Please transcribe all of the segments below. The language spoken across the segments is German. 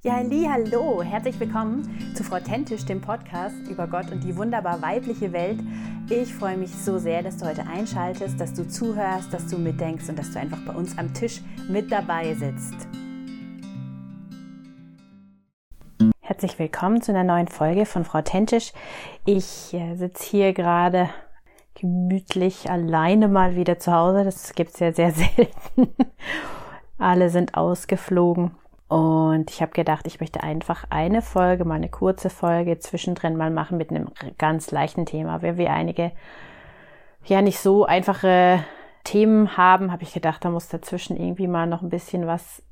Ja, hallo, herzlich willkommen zu Frau Tentisch, dem Podcast über Gott und die wunderbar weibliche Welt. Ich freue mich so sehr, dass du heute einschaltest, dass du zuhörst, dass du mitdenkst und dass du einfach bei uns am Tisch mit dabei sitzt. Herzlich willkommen zu einer neuen Folge von Frau Tentisch. Ich sitze hier gerade gemütlich alleine mal wieder zu Hause. Das gibt es ja sehr selten. Alle sind ausgeflogen. Und ich habe gedacht, ich möchte einfach eine Folge, mal eine kurze Folge zwischendrin mal machen mit einem ganz leichten Thema. Wenn wir einige ja nicht so einfache Themen haben, habe ich gedacht, da muss dazwischen irgendwie mal noch ein bisschen was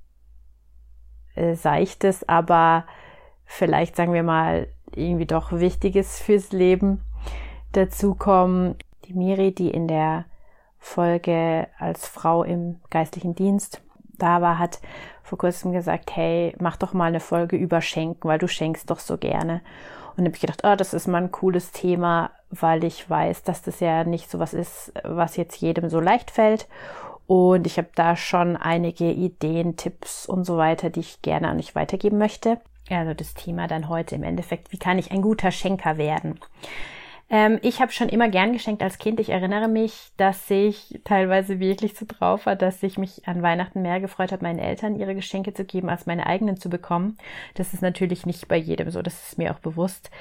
Seichtes, aber vielleicht, sagen wir mal, irgendwie doch Wichtiges fürs Leben dazukommen. Die Miri, die in der Folge als Frau im geistlichen Dienst da war, hat vor kurzem gesagt, hey, mach doch mal eine Folge über Schenken, weil du schenkst doch so gerne. Und dann habe ich gedacht, das ist mal ein cooles Thema, weil ich weiß, dass das ja nicht so was ist, was jetzt jedem so leicht fällt. Und ich habe da schon einige Ideen, Tipps und so weiter, die ich gerne an euch weitergeben möchte. Also das Thema dann heute im Endeffekt, wie kann ich ein guter Schenker werden? Ich habe schon immer gern geschenkt als Kind. Ich erinnere mich, dass ich teilweise wirklich so drauf war, dass ich mich an Weihnachten mehr gefreut habe, meinen Eltern ihre Geschenke zu geben, als meine eigenen zu bekommen. Das ist natürlich nicht bei jedem so, das ist mir auch bewusst.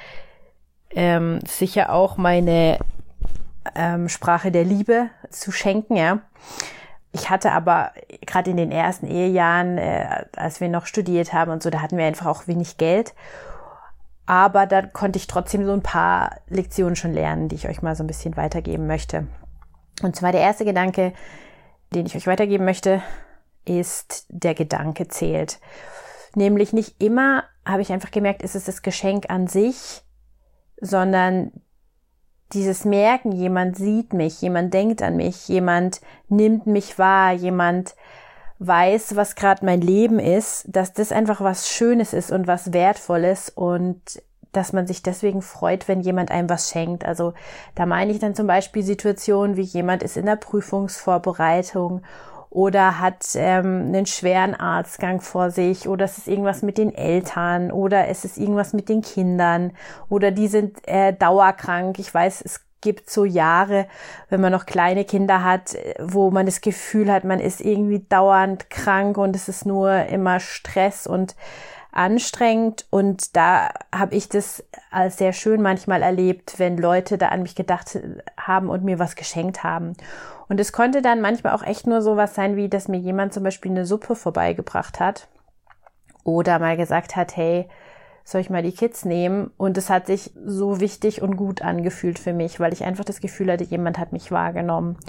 Sicher auch meine Sprache der Liebe zu schenken, ja. Ich hatte aber gerade in den ersten Ehejahren, als wir noch studiert haben und so, da hatten wir einfach auch wenig Geld. Aber da konnte ich trotzdem so ein paar Lektionen schon lernen, die ich euch mal so ein bisschen weitergeben möchte. Und zwar der erste Gedanke, den ich euch weitergeben möchte, ist, der Gedanke zählt. Nämlich nicht immer, habe ich einfach gemerkt, ist es das Geschenk an sich, sondern dieses Merken, jemand sieht mich, jemand denkt an mich, jemand nimmt mich wahr, jemand weiß, was gerade mein Leben ist, dass das einfach was Schönes ist und was Wertvolles und dass man sich deswegen freut, wenn jemand einem was schenkt. Also da meine ich dann zum Beispiel Situationen, wie jemand ist in der Prüfungsvorbereitung oder hat einen schweren Arztgang vor sich oder es ist irgendwas mit den Eltern oder es ist irgendwas mit den Kindern oder die sind dauerkrank. Ich weiß, es gibt so Jahre, wenn man noch kleine Kinder hat, wo man das Gefühl hat, man ist irgendwie dauernd krank und es ist nur immer Stress und anstrengend. Und da habe ich das als sehr schön manchmal erlebt, wenn Leute da an mich gedacht haben und mir was geschenkt haben. Und es konnte dann manchmal auch echt nur sowas sein, wie dass mir jemand zum Beispiel eine Suppe vorbeigebracht hat oder mal gesagt hat, hey, soll ich mal die Kids nehmen? Und es hat sich so wichtig und gut angefühlt für mich, weil ich einfach das Gefühl hatte, jemand hat mich wahrgenommen.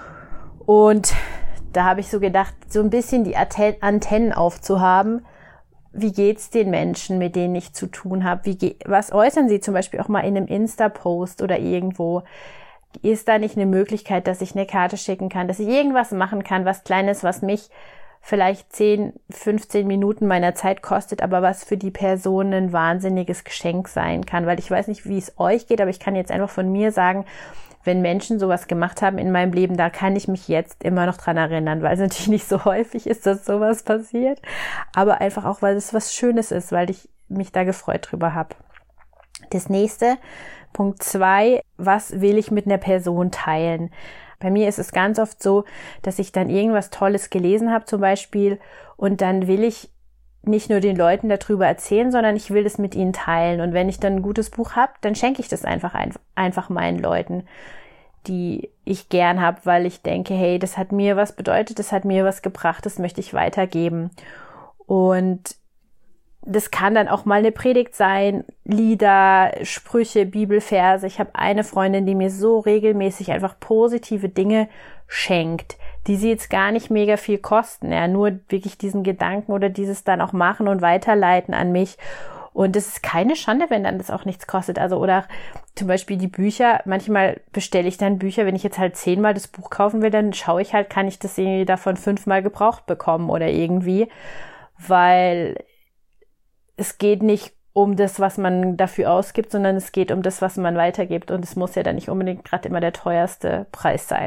Und da habe ich so gedacht, so ein bisschen die Antennen aufzuhaben. Wie geht's den Menschen, mit denen ich zu tun habe? Was äußern sie zum Beispiel auch mal in einem Insta-Post oder irgendwo? Ist da nicht eine Möglichkeit, dass ich eine Karte schicken kann, dass ich irgendwas machen kann, was Kleines, was mich vielleicht 10, 15 Minuten meiner Zeit kostet, aber was für die Person ein wahnsinniges Geschenk sein kann, weil ich weiß nicht, wie es euch geht, aber ich kann jetzt einfach von mir sagen, wenn Menschen sowas gemacht haben in meinem Leben, da kann ich mich jetzt immer noch dran erinnern, weil es natürlich nicht so häufig ist, dass sowas passiert, aber einfach auch, weil es was Schönes ist, weil ich mich da gefreut drüber habe. Das nächste, Punkt 2, was will ich mit einer Person teilen? Bei mir ist es ganz oft so, dass ich dann irgendwas Tolles gelesen habe zum Beispiel und dann will ich nicht nur den Leuten darüber erzählen, sondern ich will es mit ihnen teilen. Und wenn ich dann ein gutes Buch habe, dann schenke ich das einfach meinen Leuten, die ich gern habe, weil ich denke, hey, das hat mir was bedeutet, das hat mir was gebracht, das möchte ich weitergeben. Und das kann dann auch mal eine Predigt sein, Lieder, Sprüche, Bibelverse. Ich habe eine Freundin, die mir so regelmäßig einfach positive Dinge schenkt, die sie jetzt gar nicht mega viel kosten, ja, nur wirklich diesen Gedanken oder dieses dann auch machen und weiterleiten an mich. Und es ist keine Schande, wenn dann das auch nichts kostet. Also oder zum Beispiel die Bücher, manchmal bestelle ich dann Bücher, wenn ich jetzt halt 10-mal das Buch kaufen will, dann schaue ich halt, kann ich das irgendwie davon 5-mal gebraucht bekommen oder irgendwie, weil es geht nicht um das, was man dafür ausgibt, sondern es geht um das, was man weitergibt. Und es muss ja dann nicht unbedingt gerade immer der teuerste Preis sein.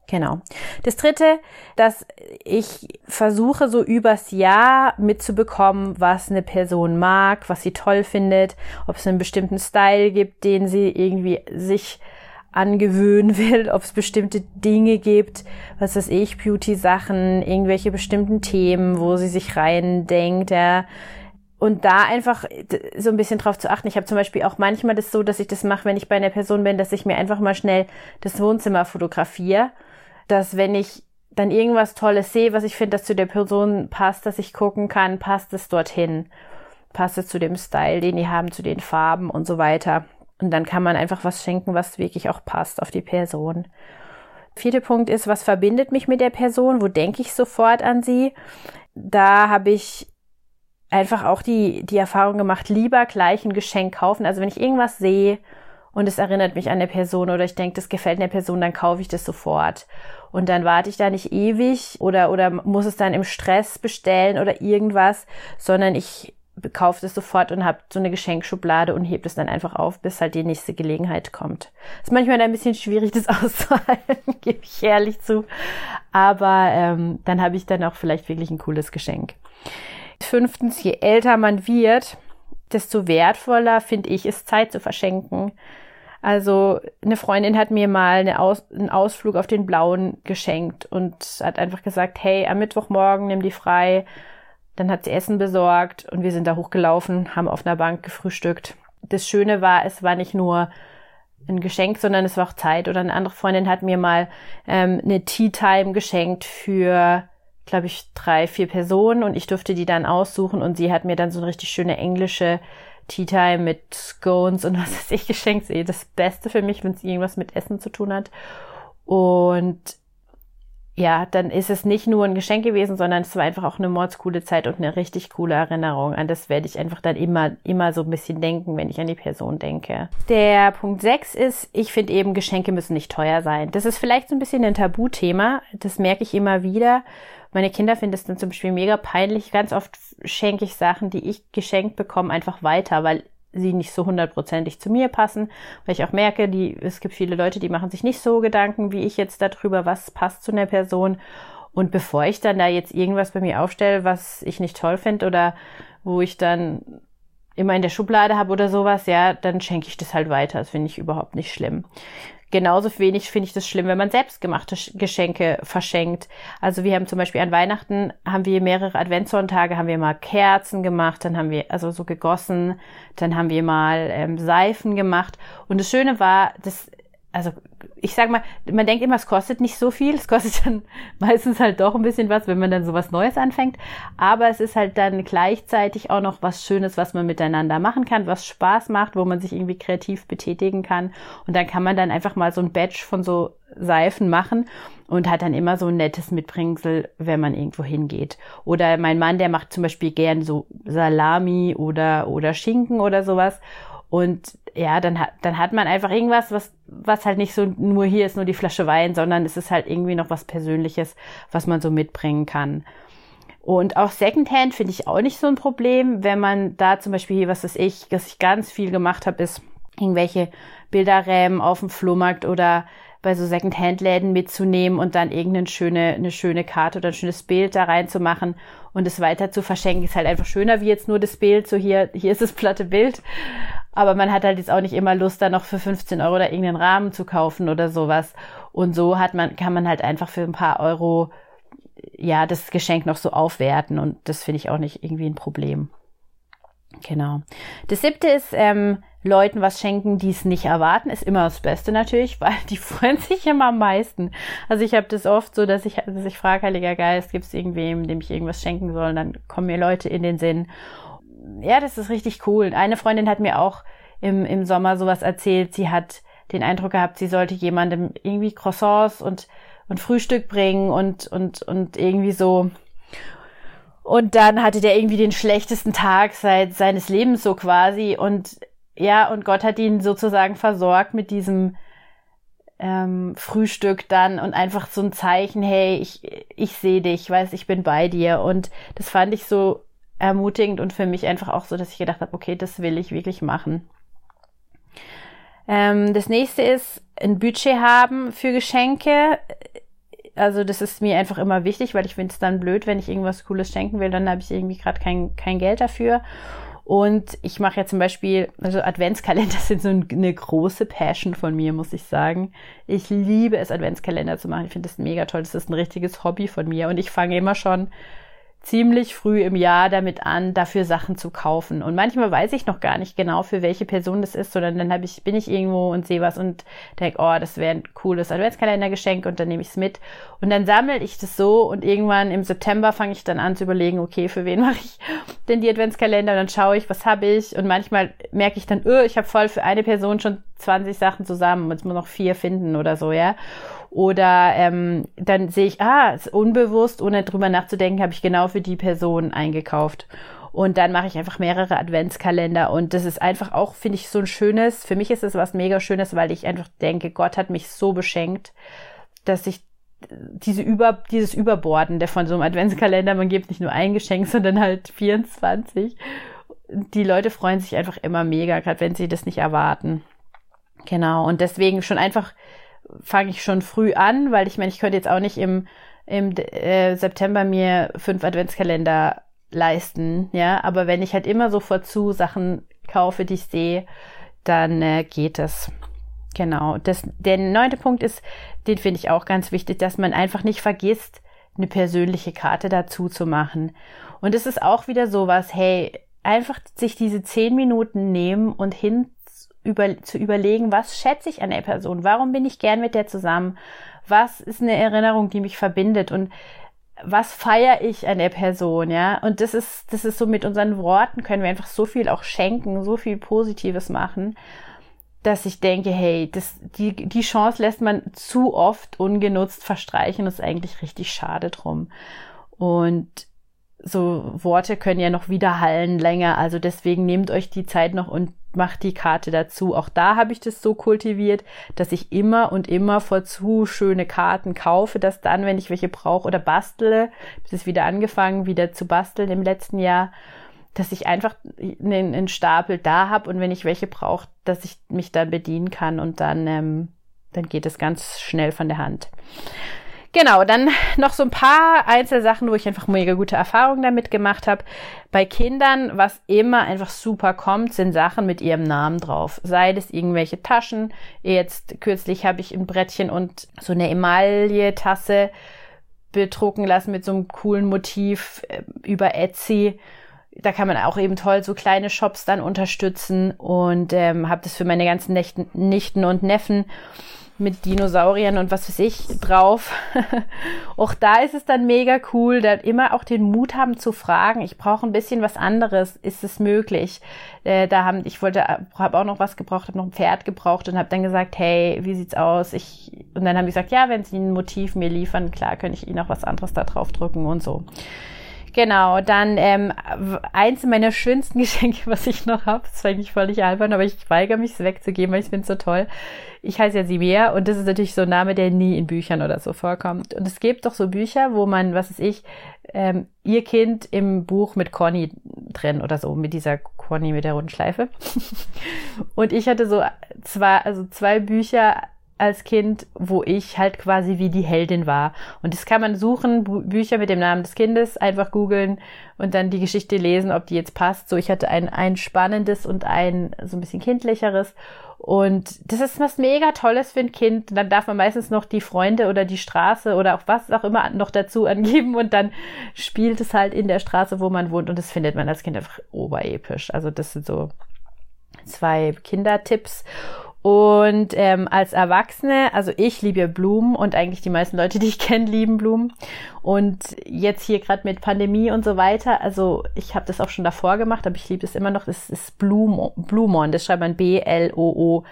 Genau. Das Dritte, dass ich versuche, so übers Jahr mitzubekommen, was eine Person mag, was sie toll findet, ob es einen bestimmten Style gibt, den sie irgendwie sich angewöhnen will, ob es bestimmte Dinge gibt, was weiß ich, Beauty-Sachen, irgendwelche bestimmten Themen, wo sie sich reindenkt, ja. Und da einfach so ein bisschen drauf zu achten. Ich habe zum Beispiel auch manchmal das so, dass ich das mache, wenn ich bei einer Person bin, dass ich mir einfach mal schnell das Wohnzimmer fotografiere, dass wenn ich dann irgendwas Tolles sehe, was ich finde, dass zu der Person passt, dass ich gucken kann, passt es dorthin, passt es zu dem Style, den die haben, zu den Farben und so weiter. Und dann kann man einfach was schenken, was wirklich auch passt auf die Person. 4. Punkt ist, was verbindet mich mit der Person? Wo denke ich sofort an sie? Da habe ich einfach auch die Erfahrung gemacht, lieber gleich ein Geschenk kaufen. Also wenn ich irgendwas sehe und es erinnert mich an eine Person oder ich denke, das gefällt einer Person, dann kaufe ich das sofort. Und dann warte ich da nicht ewig oder muss es dann im Stress bestellen oder irgendwas, sondern ich kaufe das sofort und habe so eine Geschenkschublade und hebe das dann einfach auf, bis halt die nächste Gelegenheit kommt. Ist manchmal ein bisschen schwierig, das auszuhalten, gebe ich ehrlich zu. Aber dann habe ich dann auch vielleicht wirklich ein cooles Geschenk. 5. Je älter man wird, desto wertvoller, finde ich, ist Zeit zu verschenken. Also eine Freundin hat mir mal einen Ausflug auf den Blauen geschenkt und hat einfach gesagt, hey, am Mittwochmorgen nimm die frei. Dann hat sie Essen besorgt und wir sind da hochgelaufen, haben auf einer Bank gefrühstückt. Das Schöne war, es war nicht nur ein Geschenk, sondern es war auch Zeit. Oder eine andere Freundin hat mir mal eine Tea Time geschenkt für, glaube ich, 3, 4 Personen und ich durfte die dann aussuchen und sie hat mir dann so eine richtig schöne englische Tea Time mit Scones und was weiß ich geschenkt. Das ist das Beste für mich, wenn es irgendwas mit Essen zu tun hat. Und ja, dann ist es nicht nur ein Geschenk gewesen, sondern es war einfach auch eine mordscoole Zeit und eine richtig coole Erinnerung. An das werde ich einfach dann immer so ein bisschen denken, wenn ich an die Person denke. Der Punkt 6 ist, ich finde eben, Geschenke müssen nicht teuer sein. Das ist vielleicht so ein bisschen ein Tabuthema. Das merke ich immer wieder. Meine Kinder finden es dann zum Beispiel mega peinlich. Ganz oft schenke ich Sachen, die ich geschenkt bekomme, einfach weiter, weil sie nicht so 100%ig zu mir passen, weil ich auch merke, es gibt viele Leute, die machen sich nicht so Gedanken wie ich jetzt darüber, was passt zu einer Person. Und bevor ich dann da jetzt irgendwas bei mir aufstelle, was ich nicht toll finde oder wo ich dann immer in der Schublade habe oder sowas, ja, dann schenke ich das halt weiter. Das finde ich überhaupt nicht schlimm. Genauso wenig finde ich das schlimm, wenn man selbstgemachte Geschenke verschenkt. Also wir haben zum Beispiel an Weihnachten, haben wir mehrere Adventssonntage, haben wir mal Kerzen gemacht, dann haben wir also so gegossen, dann haben wir mal Seifen gemacht. Und das Schöne war, ich sag mal, man denkt immer, es kostet nicht so viel. Es kostet dann meistens halt doch ein bisschen was, wenn man dann sowas Neues anfängt. Aber es ist halt dann gleichzeitig auch noch was Schönes, was man miteinander machen kann, was Spaß macht, wo man sich irgendwie kreativ betätigen kann. Und dann kann man dann einfach mal so ein Batch von so Seifen machen und hat dann immer so ein nettes Mitbringsel, wenn man irgendwo hingeht. Oder mein Mann, der macht zum Beispiel gern so Salami oder Schinken oder sowas. Und ja, dann hat man einfach irgendwas, was halt nicht so nur hier ist, nur die Flasche Wein, sondern es ist halt irgendwie noch was Persönliches, was man so mitbringen kann. Und auch Secondhand finde ich auch nicht so ein Problem, wenn man da zum Beispiel, was ich ganz viel gemacht habe, ist irgendwelche Bilderrämen auf dem Flohmarkt oder bei so Secondhand-Läden mitzunehmen und dann eine schöne Karte oder ein schönes Bild da reinzumachen und es weiter zu verschenken, ist halt einfach schöner wie jetzt nur das Bild, so hier ist das platte Bild. Aber man hat halt jetzt auch nicht immer Lust, da noch für 15 € da irgendeinen Rahmen zu kaufen oder sowas. Und so kann man halt einfach für ein paar Euro, ja, das Geschenk noch so aufwerten. Und das finde ich auch nicht irgendwie ein Problem. Genau. Das 7. ist, Leuten was schenken, die es nicht erwarten, ist immer das Beste natürlich, weil die freuen sich immer am meisten. Also ich habe das oft so, dass ich frage, Heiliger Geist, gibt es irgendwem, dem ich irgendwas schenken soll? Und dann kommen mir Leute in den Sinn. Ja, das ist richtig cool. Eine Freundin hat mir auch im Sommer sowas erzählt. Sie hat den Eindruck gehabt, sie sollte jemandem irgendwie Croissants und Frühstück bringen und irgendwie so. Und dann hatte der irgendwie den schlechtesten Tag seines Lebens so quasi. Und ja, und Gott hat ihn sozusagen versorgt mit diesem Frühstück dann und einfach so ein Zeichen, hey, ich sehe dich, ich bin bei dir. Und das fand ich so ermutigend und für mich einfach auch so, dass ich gedacht habe, okay, das will ich wirklich machen. Das nächste ist, ein Budget haben für Geschenke. also das ist mir einfach immer wichtig, weil ich finde es dann blöd, wenn ich irgendwas Cooles schenken will, dann habe ich irgendwie gerade kein Geld dafür. Und ich mache ja zum Beispiel, also Adventskalender sind so eine große Passion von mir, muss ich sagen. Ich liebe es, Adventskalender zu machen. Ich finde das mega toll. Das ist ein richtiges Hobby von mir. Und ich fange immer schon ziemlich früh im Jahr damit an, dafür Sachen zu kaufen. Und manchmal weiß ich noch gar nicht genau, für welche Person das ist, sondern dann bin ich irgendwo und sehe was und denke, oh, das wäre ein cooles Adventskalendergeschenk und dann nehme ich es mit. Und dann sammle ich das so und irgendwann im September fange ich dann an zu überlegen, okay, für wen mache ich denn die Adventskalender? Und dann schaue ich, was habe ich? Und manchmal merke ich dann, ich habe voll für eine Person schon 20 Sachen zusammen, jetzt muss noch 4 finden oder so, ja. Oder dann sehe ich, unbewusst, ohne drüber nachzudenken, habe ich genau für die Person eingekauft. Und dann mache ich einfach mehrere Adventskalender. Und das ist einfach auch, finde ich, so ein schönes, für mich ist es was mega Schönes, weil ich einfach denke, Gott hat mich so beschenkt, dass ich dieses Überbordende von so einem Adventskalender, man gibt nicht nur ein Geschenk, sondern halt 24. Die Leute freuen sich einfach immer mega, gerade wenn sie das nicht erwarten. Genau, und deswegen fange ich schon früh an, weil ich meine, ich könnte jetzt auch nicht im September mir 5 Adventskalender leisten, ja, aber wenn ich halt immer sofort Sachen kaufe, die ich sehe, dann geht es. Genau, der 9. Punkt ist, den finde ich auch ganz wichtig, dass man einfach nicht vergisst, eine persönliche Karte dazu zu machen. Und es ist auch wieder sowas, hey, einfach sich diese 10 Minuten nehmen und zu überlegen, was schätze ich an der Person? Warum bin ich gern mit der zusammen? Was ist eine Erinnerung, die mich verbindet? Und was feiere ich an der Person? Ja, und das ist so, mit unseren Worten können wir einfach so viel auch schenken, so viel Positives machen, dass ich denke, hey, die Chance lässt man zu oft ungenutzt verstreichen. Das ist eigentlich richtig schade drum. Und so Worte können ja noch widerhallen länger. Also deswegen nehmt euch die Zeit noch und macht die Karte dazu. Auch da habe ich das so kultiviert, dass ich immer und immer vorzu schöne Karten kaufe, dass dann, wenn ich welche brauche oder bastle, ich habe es wieder angefangen, wieder zu basteln im letzten Jahr, dass ich einfach einen Stapel da habe und wenn ich welche brauche, dass ich mich dann bedienen kann und dann geht es ganz schnell von der Hand. Genau, dann noch so ein paar Einzelsachen, wo ich einfach mega gute Erfahrungen damit gemacht habe. Bei Kindern, was immer einfach super kommt, sind Sachen mit ihrem Namen drauf. Sei das irgendwelche Taschen. Jetzt kürzlich habe ich ein Brettchen und so eine Emaille-Tasse bedrucken lassen mit so einem coolen Motiv über Etsy. Da kann man auch eben toll so kleine Shops dann unterstützen und habe das für meine ganzen Nichten und Neffen mit Dinosauriern und was weiß ich drauf. Auch da ist es dann mega cool, da immer auch den Mut haben zu fragen, ich brauche ein bisschen was anderes, ist es möglich? Habe auch noch was gebraucht, habe noch ein Pferd gebraucht und habe dann gesagt, hey, wie sieht's aus? Und dann haben die gesagt, ja, wenn sie ein Motiv mir liefern, klar, könnte ich ihnen auch was anderes da drauf drücken und so. Genau, dann eins meiner schönsten Geschenke, was ich noch habe, das ist eigentlich völlig albern, aber ich weigere mich, es wegzugeben, weil ich finde es so toll. Ich heiße ja Simea und das ist natürlich so ein Name, der nie in Büchern oder so vorkommt. Und es gibt doch so Bücher, wo man, was weiß ich, ihr Kind im Buch mit Conny drin oder so, mit dieser Conny mit der Rundschleife. Und ich hatte so zwei Bücher als Kind, wo ich halt quasi wie die Heldin war. Und das kann man suchen, Bücher mit dem Namen des Kindes, einfach googeln und dann die Geschichte lesen, ob die jetzt passt. So, ich hatte ein spannendes und ein so ein bisschen kindlicheres. Und das ist was mega Tolles für ein Kind. Dann darf man meistens noch die Freunde oder die Straße oder auch was auch immer noch dazu angeben und dann spielt es halt in der Straße, wo man wohnt. Und das findet man als Kind einfach oberepisch. Also das sind so 2 Kindertipps. Und als Erwachsene, also ich liebe ja Blumen und eigentlich die meisten Leute, die ich kenne, lieben Blumen. Und jetzt hier gerade mit Pandemie und so weiter, also ich habe das auch schon davor gemacht, aber ich liebe das immer noch, das ist Blumon, das schreibt man Bloomon.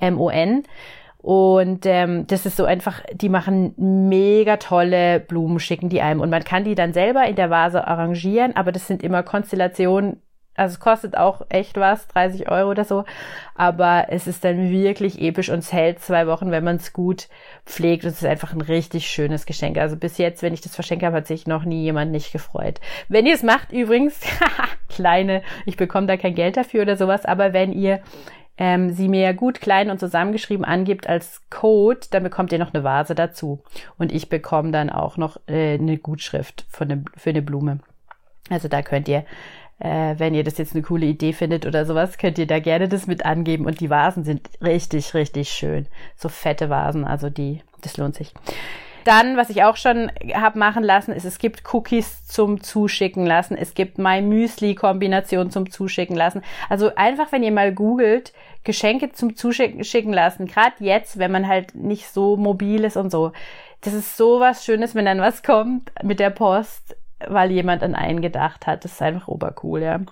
Und das ist so einfach, die machen mega tolle Blumen, schicken die einem. Und man kann die dann selber in der Vase arrangieren, aber das sind immer Konstellationen. Also es kostet auch echt was, 30 € oder so, aber es ist dann wirklich episch und es hält 2 Wochen, wenn man es gut pflegt. Es ist einfach ein richtig schönes Geschenk. Also bis jetzt, wenn ich das verschenke habe, hat sich noch nie jemand nicht gefreut. Wenn ihr es macht übrigens, ich bekomme da kein Geld dafür oder sowas, aber wenn ihr sie mir gut klein und zusammengeschrieben angibt als Code, dann bekommt ihr noch eine Vase dazu. Und ich bekomme dann auch noch eine Gutschrift für eine Blume. Also da könnt ihr, wenn ihr das jetzt eine coole Idee findet oder sowas, könnt ihr da gerne das mit angeben. Und die Vasen sind richtig, richtig schön. So fette Vasen, also das lohnt sich. Dann, was ich auch schon habe machen lassen, ist, es gibt Cookies zum Zuschicken lassen. Es gibt My Müsli-Kombination zum Zuschicken lassen. Also einfach, wenn ihr mal googelt, Geschenke zum Zuschicken lassen. Gerade jetzt, wenn man halt nicht so mobil ist und so. Das ist so was Schönes, wenn dann was kommt mit der Post, weil jemand an einen gedacht hat. Das ist einfach obercool, ja.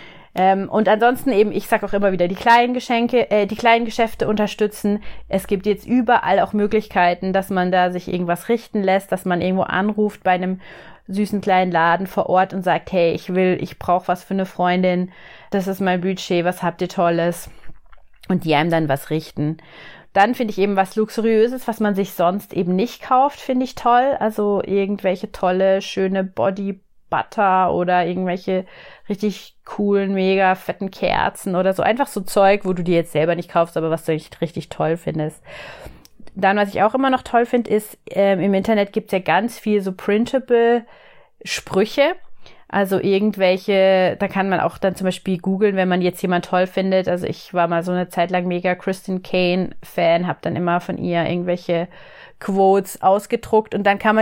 Und ansonsten eben, ich sage auch immer wieder, die kleinen Geschäfte unterstützen. Es gibt jetzt überall auch Möglichkeiten, dass man da sich irgendwas richten lässt, dass man irgendwo anruft bei einem süßen kleinen Laden vor Ort und sagt, hey, ich brauche was für eine Freundin, das ist mein Budget, was habt ihr Tolles? Und die einem dann was richten. Dann finde ich eben was Luxuriöses, was man sich sonst eben nicht kauft, finde ich toll. Also irgendwelche tolle, schöne Body Butter oder irgendwelche richtig coolen, mega fetten Kerzen oder so. Einfach so Zeug, wo du dir jetzt selber nicht kaufst, aber was du richtig toll findest. Dann, was ich auch immer noch toll finde, ist, im Internet gibt es ja ganz viel so printable Sprüche. Also irgendwelche, da kann man auch dann zum Beispiel googeln, wenn man jetzt jemand toll findet. Also ich war mal so eine Zeit lang mega Christine Kane Fan, habe dann immer von ihr irgendwelche Quotes ausgedruckt und dann kann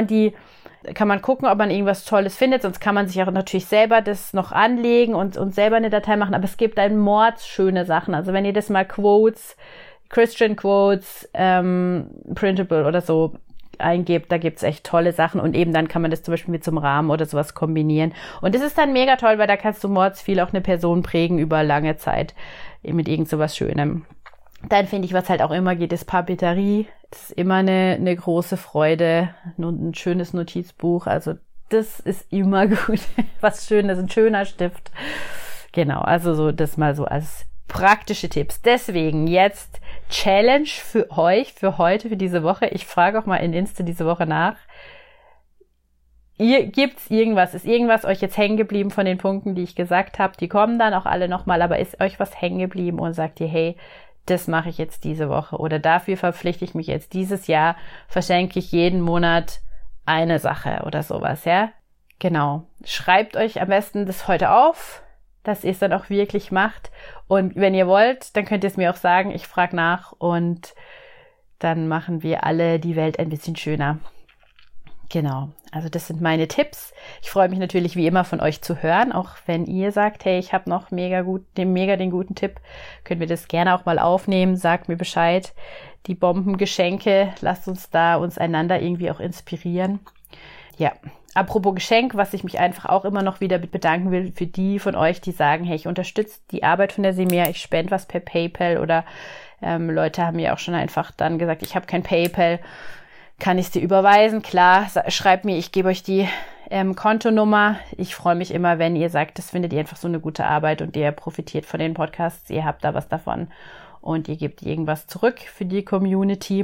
man gucken, ob man irgendwas Tolles findet, sonst kann man sich auch natürlich selber das noch anlegen und selber eine Datei machen, aber es gibt dann mordsschöne Sachen. Also wenn ihr das mal Quotes, Christian Quotes, Printable oder so eingebt, da gibt's echt tolle Sachen und eben dann kann man das zum Beispiel mit so einem Rahmen oder sowas kombinieren. Und das ist dann mega toll, weil da kannst du mordsviel auch eine Person prägen über lange Zeit mit irgend sowas Schönem. Dann finde ich, was halt auch immer geht, ist Papeterie. Das ist immer eine große Freude. Nur ein schönes Notizbuch. Also das ist immer gut. Was Schönes, ein schöner Stift. Genau, also so das mal so als praktische Tipps. Deswegen jetzt Challenge für euch, für heute, für diese Woche. Ich frage auch mal in Insta diese Woche nach. Gibt's irgendwas? Ist irgendwas euch jetzt hängen geblieben von den Punkten, die ich gesagt habe? Die kommen dann auch alle nochmal, aber ist euch was hängen geblieben und sagt ihr, hey, das mache ich jetzt diese Woche oder dafür verpflichte ich mich jetzt dieses Jahr, verschenke ich jeden Monat eine Sache oder sowas, ja? Genau. Schreibt euch am besten das heute auf, dass ihr es dann auch wirklich macht und wenn ihr wollt, dann könnt ihr es mir auch sagen, ich frage nach und dann machen wir alle die Welt ein bisschen schöner. Genau, also das sind meine Tipps. Ich freue mich natürlich wie immer von euch zu hören, auch wenn ihr sagt, hey, ich habe noch mega den guten Tipp, könnt ihr das gerne auch mal aufnehmen, sagt mir Bescheid. Die Bombengeschenke, lasst uns einander irgendwie auch inspirieren. Ja, apropos Geschenk, was ich mich einfach auch immer noch wieder bedanken will für die von euch, die sagen, hey, ich unterstütze die Arbeit von der Semea, ich spende was per PayPal oder Leute haben mir auch schon einfach dann gesagt, ich habe kein PayPal. Kann ich es dir überweisen? Klar, schreibt mir, ich gebe euch die Kontonummer. Ich freue mich immer, wenn ihr sagt, das findet ihr einfach so eine gute Arbeit und ihr profitiert von den Podcasts, ihr habt da was davon und ihr gebt irgendwas zurück für die Community.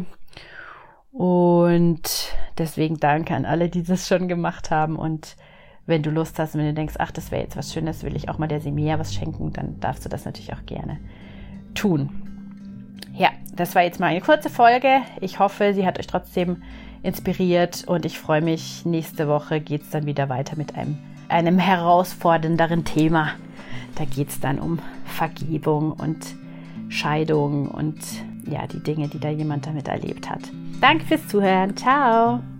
Und deswegen danke an alle, die das schon gemacht haben. Und wenn du Lust hast und wenn du denkst, ach, das wäre jetzt was Schönes, will ich auch mal der Semea was schenken, dann darfst du das natürlich auch gerne tun. Ja, das war jetzt mal eine kurze Folge. Ich hoffe, sie hat euch trotzdem inspiriert und ich freue mich, nächste Woche geht es dann wieder weiter mit einem herausfordernderen Thema. Da geht es dann um Vergebung und Scheidung und ja, die Dinge, die da jemand damit erlebt hat. Danke fürs Zuhören. Ciao!